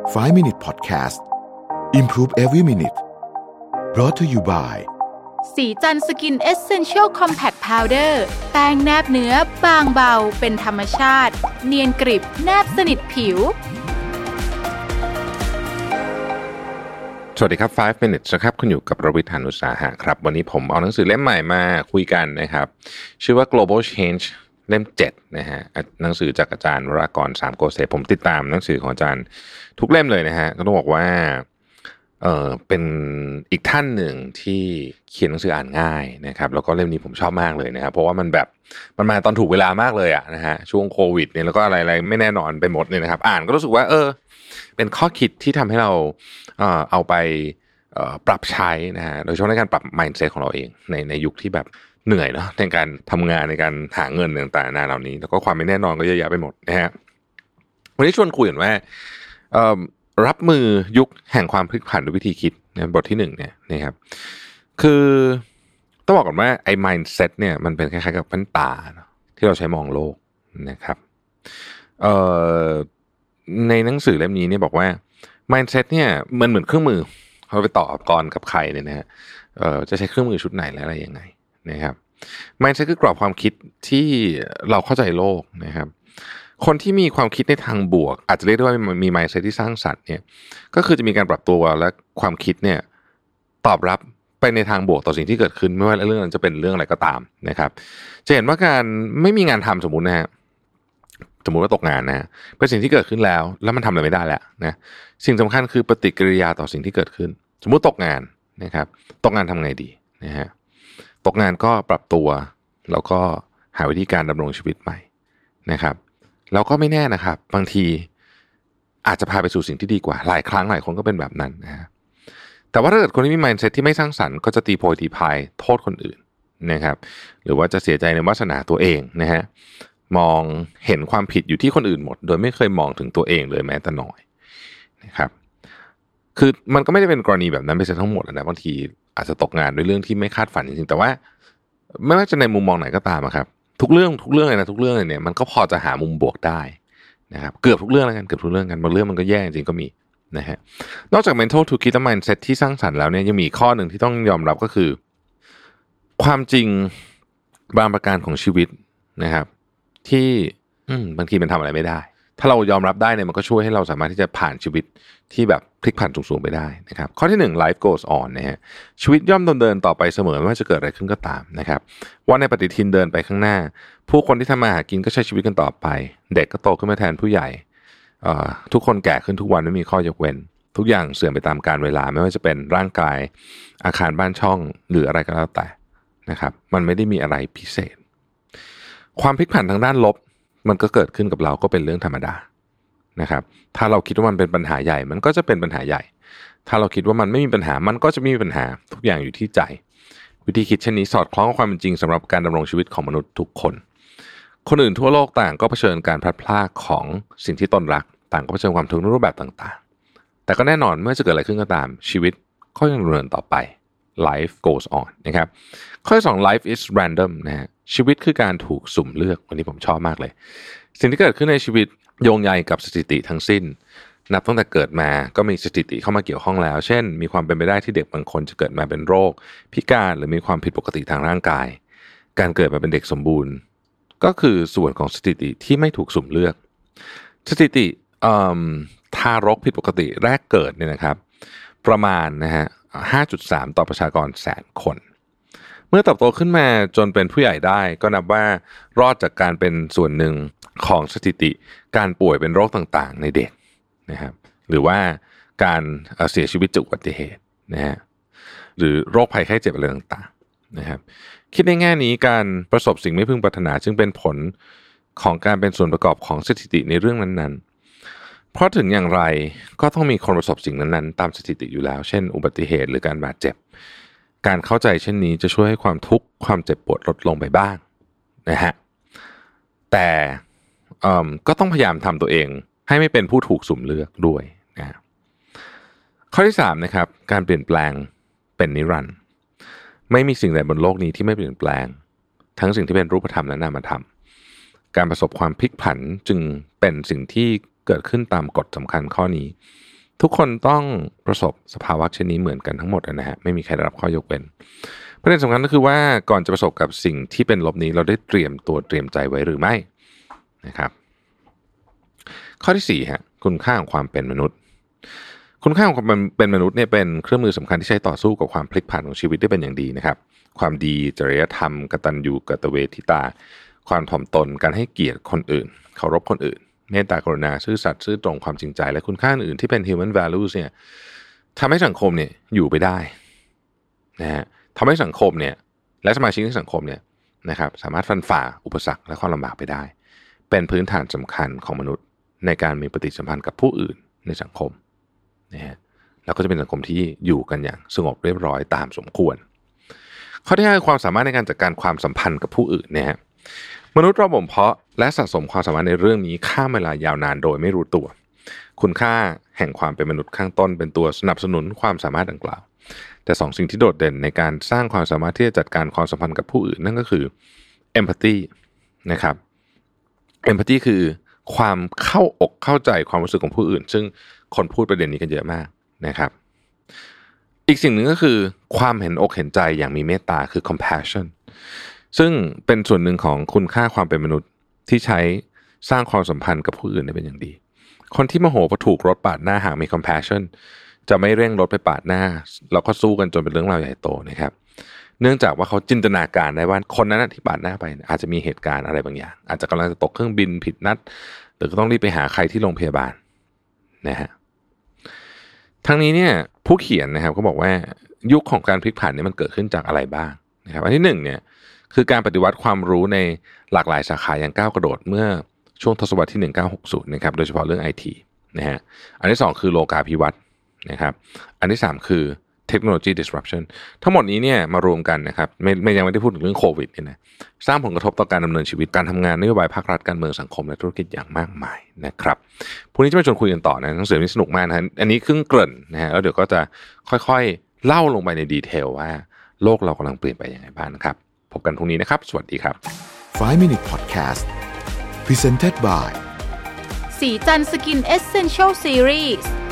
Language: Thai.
5 Minute Podcast Improve Every Minute brought to you by สีจันทร์สกินเอสเซนเชียลคอมแพคพาวเดอร์แป้งแนบเนื้อบางเบาเป็นธรรมชาติเนียนกริบแนบสนิทผิวสวัสดีครับ5 minutes นะครับคุณอยู่กับรวิทย์ หาญอุตสาหะครับวันนี้ผมเอาหนังสือเล่มใหม่มาคุยกันนะครับชื่อว่า Global Change เล่ม7นะฮะหนังสือจากอาจารย์วรากรสามโกเศษผมติดตามหนังสือของอาจารย์ทุกเล่มเลยนะฮะก็ต้องบอกว่าเป็นอีกท่านหนึ่งที่เขียนหนังสืออ่านง่ายนะครับแล้วก็เล่มนี้ผมชอบมากเลยนะครับเพราะว่ามันมาตอนถูกเวลามากเลยอะนะฮะช่วงโควิดเนี่ยแล้วก็อะไรๆไม่แน่นอนไปหมดเนี่ยนะครับอ่านก็รู้สึกว่าเป็นข้อคิดที่ทำให้เราเอาไปปรับใช้นะฮะโดยเฉพาะในการปรับ mindset ของเราเองในยุคที่แบบเหนื่อยเนาะในการทำงานในการหาเงินต่างๆนาเหล่านี้แล้วก็ความไม่แน่นอนก็เยอะแยะไปหมดนะฮะวันนี้ชวนคุยกันว่ารับมือยุคแห่งความพลิกผันด้วยวิธีคิดในบทที่1เนี่ยนะครับคือต้องบอกก่อนว่าไอ้ mindset เนี่ยมันเป็นคล้ายๆกับแว่นตาที่เราใช้มองโลกนะครับในหนังสือเล่มนี้เนี่ยบอกว่า mindset เนี่ยมันเหมือนเครื่องมือเราไปต่อกรกับใครเนี่ยนะฮะจะใช้เครื่องมือชุดไหนและอะไรยังไงนะครับ mindset คือกรอบความคิดที่เราเข้าใจโลกนะครับคนที่มีความคิดในทางบวกอาจจะเรียกได้ว่ามี mindset ที่สร้างสรรค์เนี่ยก็คือจะมีการปรับตัวและความคิดเนี่ยตอบรับไปในทางบวกต่อสิ่งที่เกิดขึ้นไม่ว่าเรื่องนั้นจะเป็นเรื่องอะไรก็ตามนะครับจะเห็นว่าการไม่มีงานทำสมมุตินะฮะสมมุติว่าตกงานนะเป็นสิ่งที่เกิดขึ้นแล้วมันทำอะไรไม่ได้แล้วนะสิ่งสำคัญคือปฏิกิริยาต่อสิ่งที่เกิดขึ้นสมมุติตกงานนะครับตกงานทำไงดีนะฮะตกงานก็ปรับตัวแล้วก็หาวิธีการดำรงชีวิตใหม่นะครับแล้วก็ไม่แน่นะครับบางทีอาจจะพาไปสู่สิ่งที่ดีกว่าหลายครั้งหลายคนก็เป็นแบบนั้นนะฮะแต่ว่าถ้าเกิดคนที่มี mindset ที่ไม่สร้างสรรค์ก็จะตีโพยตีพายโทษคนอื่นนะครับหรือว่าจะเสียใจในวาสนาตัวเองนะฮะมองเห็นความผิดอยู่ที่คนอื่นหมดโดยไม่เคยมองถึงตัวเองเลยแม้แต่น้อยนะครับคือมันก็ไม่ได้เป็นกรณีแบบนั้นไปซะทั้งหมดนะบางทีอาจจะตกงานด้วยเรื่องที่ไม่คาดฝันจริงๆแต่ว่าไม่ว่าจะในมุมมองไหนก็ตามครับทุกเรื่องเลยนะทุกเรื่องเลยเนี่ยมันก็พอจะหามุมบวกได้นะครับเกือบทุกเรื่องแล้วกันบางเรื่องมันก็แย่จริงๆก็มีนะฮะนอกจาก mental toคิดและ mindset ที่สร้างสรรค์แล้วเนี่ยยังมีข้อหนึ่งที่ต้องยอมรับก็คือความจริงบางประการของชีวิตนะครับที่บางทีมันทำอะไรไม่ได้ถ้าเรายอมรับได้เนี่ยมันก็ช่วยให้เราสามารถที่จะผ่านชีวิตที่แบบพลิกผันสูงๆไปได้นะครับข้อที่1 life goes on นะฮะชีวิตย่อมดำเนินต่อไปเสมอไม่ว่าจะเกิดอะไรขึ้นก็ตามนะครับวันในปฏิทินเดินไปข้างหน้าผู้คนที่ทำมาหากินก็ใช้ชีวิตกันต่อไปเด็กก็โตขึ้นมาแทนผู้ใหญ่ทุกคนแก่ขึ้นทุกวันไม่มีข้อยกเว้นทุกอย่างเสื่อมไปตามกาลเวลาไม่ว่าจะเป็นร่างกายอาคารบ้านช่องหรืออะไรก็แล้วแต่นะครับมันไม่ได้มีอะไรพิเศษความพลิกผันทางด้านลบมันก็เกิดขึ้นกับเราก็เป็นเรื่องธรรมดานะครับถ้าเราคิดว่ามันเป็นปัญหาใหญ่มันก็จะเป็นปัญหาใหญ่ถ้าเราคิดว่ามันไม่มีปัญหามันก็จะไม่มีปัญหาทุกอย่างอยู่ที่ใจวิธีคิดเช่นนี้สอดคล้องกับความเป็นจริงสำหรับการดำรงชีวิตของมนุษย์ทุกคนคนอื่นทั่วโลกต่างก็เผชิญการพลัดพรากของสิ่งที่ตนรักต่างก็เผชิญความทุกข์ในรูปแบบต่างๆแต่ก็แน่นอนเมื่อจะเกิดอะไรขึ้นก็ตามชีวิตก็ยังดำเนินต่อไป life goes on นะครับข้อที่2 life is random นะฮะชีวิตคือการถูกสุ่มเลือกวันนี้ผมชอบมากเลยสิ่งที่เกิดขึ้นในชีวิตโยงใยกับสถิติทั้งสิ้นนับตั้งแต่เกิดมาก็มีสถิติเข้ามาเกี่ยวข้องแล้วเช่นมีความเป็นไปได้ที่เด็กบางคนจะเกิดมาเป็นโรคพิการหรือมีความผิดปกติทางร่างกายการเกิดมาเป็นเด็กสมบูรณ์ก็คือส่วนของสถิติที่ไม่ถูกสุ่มเลือกสถิติทารกผิดปกติแรกเกิดเนี่ยนะครับประมาณนะฮะ 5.3 ต่อประชากรแสนคนเมื่อเติบโตขึ้นมาจนเป็นผู้ใหญ่ได้ก็นับว่ารอดจากการเป็นส่วนหนึ่งของสถิติการป่วยเป็นโรคต่างๆในเด็กนะครับหรือว่าการเสียชีวิตจากอุบัติเหตุนะฮะหรือโรคภัยไข้เจ็บอะไรต่างๆนะครับคิดในแง่นี้การประสบสิ่งไม่พึงปรารถนาจึงเป็นผลของการเป็นส่วนประกอบของสถิติในเรื่องนั้นๆเพราะถึงอย่างไรก็ต้องมีคนประสบสิ่งนั้นๆตามสถิติอยู่แล้วเช่นอุบัติเหตุหรือการบาดเจ็บการเข้าใจเช่นนี้จะช่วยให้ความทุกข์ความเจ็บปวดลดลงไปบ้างนะฮะแต่ก็ต้องพยายามทำตัวเองให้ไม่เป็นผู้ถูกสุ่มเลือกด้วยนะข้อที่3นะครับการเปลี่ยนแปลงเป็นนิรันดร์ไม่มีสิ่งใดบนโลกนี้ที่ไม่เปลี่ยนแปลงทั้งสิ่งที่เป็นรูปธรรมและนามธรรมการประสบความพลิกผันจึงเป็นสิ่งที่เกิดขึ้นตามกฎสำคัญข้อนี้ทุกคนต้องประสบสภาวะเช่นนี้เหมือนกันทั้งหมดนะฮะไม่มีใครได้รับข้อยกเว้นประเด็นสำคัญก็คือว่าก่อนจะประสบกับสิ่งที่เป็นลบนี้เราได้เตรียมตัวเตรียมใจไว้หรือไม่นะครับข้อที่4ฮะคุณค่าของความเป็นมนุษย์คุณค่าของความเป็นมนุษย์เนี่ยเป็นเครื่องมือสำคัญที่ใช้ต่อสู้กับความพลิกผันของชีวิตได้เป็นอย่างดีนะครับความดีจริยธรรมกตัญญูกตเวทิตาความถ่อมตนการให้เกียรติคนอื่นเคารพคนอื่นเมตตากรุณาซื่อสัตย์ซื่อตรงความจริงใจและคุณค่าอื่นที่เป็น human values เนี่ยทำให้สังคมเนี่ยอยู่ไปได้นะฮะทำให้สังคมเนี่ยและสมาชิกในสังคมเนี่ยนะครับสามารถฟันฝ่าอุปสรรคและความลำบากไปได้เป็นพื้นฐานสำคัญของมนุษย์ในการมีปฏิสัมพันธ์กับผู้อื่นในสังคมนะฮะแล้วก็จะเป็นสังคมที่อยู่กันอย่างสงบเรียบร้อยตามสมควรข้อที่5คือความสามารถในการจัดการความสัมพันธ์กับผู้อื่นนะฮะมนุษย์เราบ่มเพาะและสะสมความสามารถในเรื่องนี้ข้ามเวลายาวนานโดยไม่รู้ตัวคุณค่าแห่งความเป็นมนุษย์ข้างต้นเป็นตัวสนับสนุนความสามารถดังกล่าวแต่2สิ่งที่โดดเด่นในการสร้างความสามารถที่จะจัดการความสัมพันธ์กับผู้อื่นนั่นก็คือ empathy นะครับ empathy คือความเข้าอกเข้าใจความรู้สึกของผู้อื่นซึ่งคนพูดประเด็นนี้กันเยอะมากนะครับอีกสิ่งหนึ่งก็คือความเห็นอกเห็นใจอย่างมีเมตตาคือ compassion ซึ่งเป็นส่วนหนึ่งของคุณค่าความเป็นมนุษย์ที่ใช้สร้างความสัมพันธ์กับผู้อื่นได้เป็นอย่างดีคนที่โมโหเพราะถูกรถปาดหน้าหากมี compassion จะไม่เร่งรถไปปาดหน้าแล้วก็สู้กันจนเป็นเรื่องราวใหญ่โตนะครับเนื่องจากว่าเขาจินตนาการได้ว่าคนนั้นที่ปาดหน้าไปอาจจะมีเหตุการณ์อะไรบางอย่างอาจจะกำลังจะตกเครื่องบินผิดนัดหรือก็ต้องรีบไปหาใครที่โรงพยาบาลนะฮะทั้งนี้เนี่ยผู้เขียนนะครับก็บอกว่ายุคของการพลิกผันเนี่ยมันเกิดขึ้นจากอะไรบ้างนะครับอันที่1เนี่ยคือการปฏิวัติความรู้ในหลากหลายสาขาอย่างก้าวกระโดดเมื่อช่วงทศวรรษที่1960นะครับโดยเฉพาะเรื่อง IT นะฮะอันที่2คือโลกาภิวัตน์นะครับอันที่3คือเทคโนโลยี disruption ทั้งหมดนี้เนี่ยมารวมกันนะครับไม่ยังไม่ได้พูดถึงเรื่องโควิดเนี่ยนะสร้างผลกระทบต่อการดำเนินชีวิตการทำงานนโยบายภาครัฐการเมืองสังคมและธุรกิจอย่างมากมายนะครับพรุ่งนี้จะมาชวนคุยกันต่อนะหนังสือนี้สนุกมากนะอันนี้ครึ่งเกริ่นนะฮะแล้วเดี๋ยวก็จะค่อยๆเล่าลงไปในดีเทลว่าโลกเรากำลังเปลี่ยนไปยังไงบ้างครับพบกันพรุ่งนี้นะครับสวัสดีครับ 5 Minute Podcast Presented by สีจันทร์สกินเอสเซนเชียลซีรีส์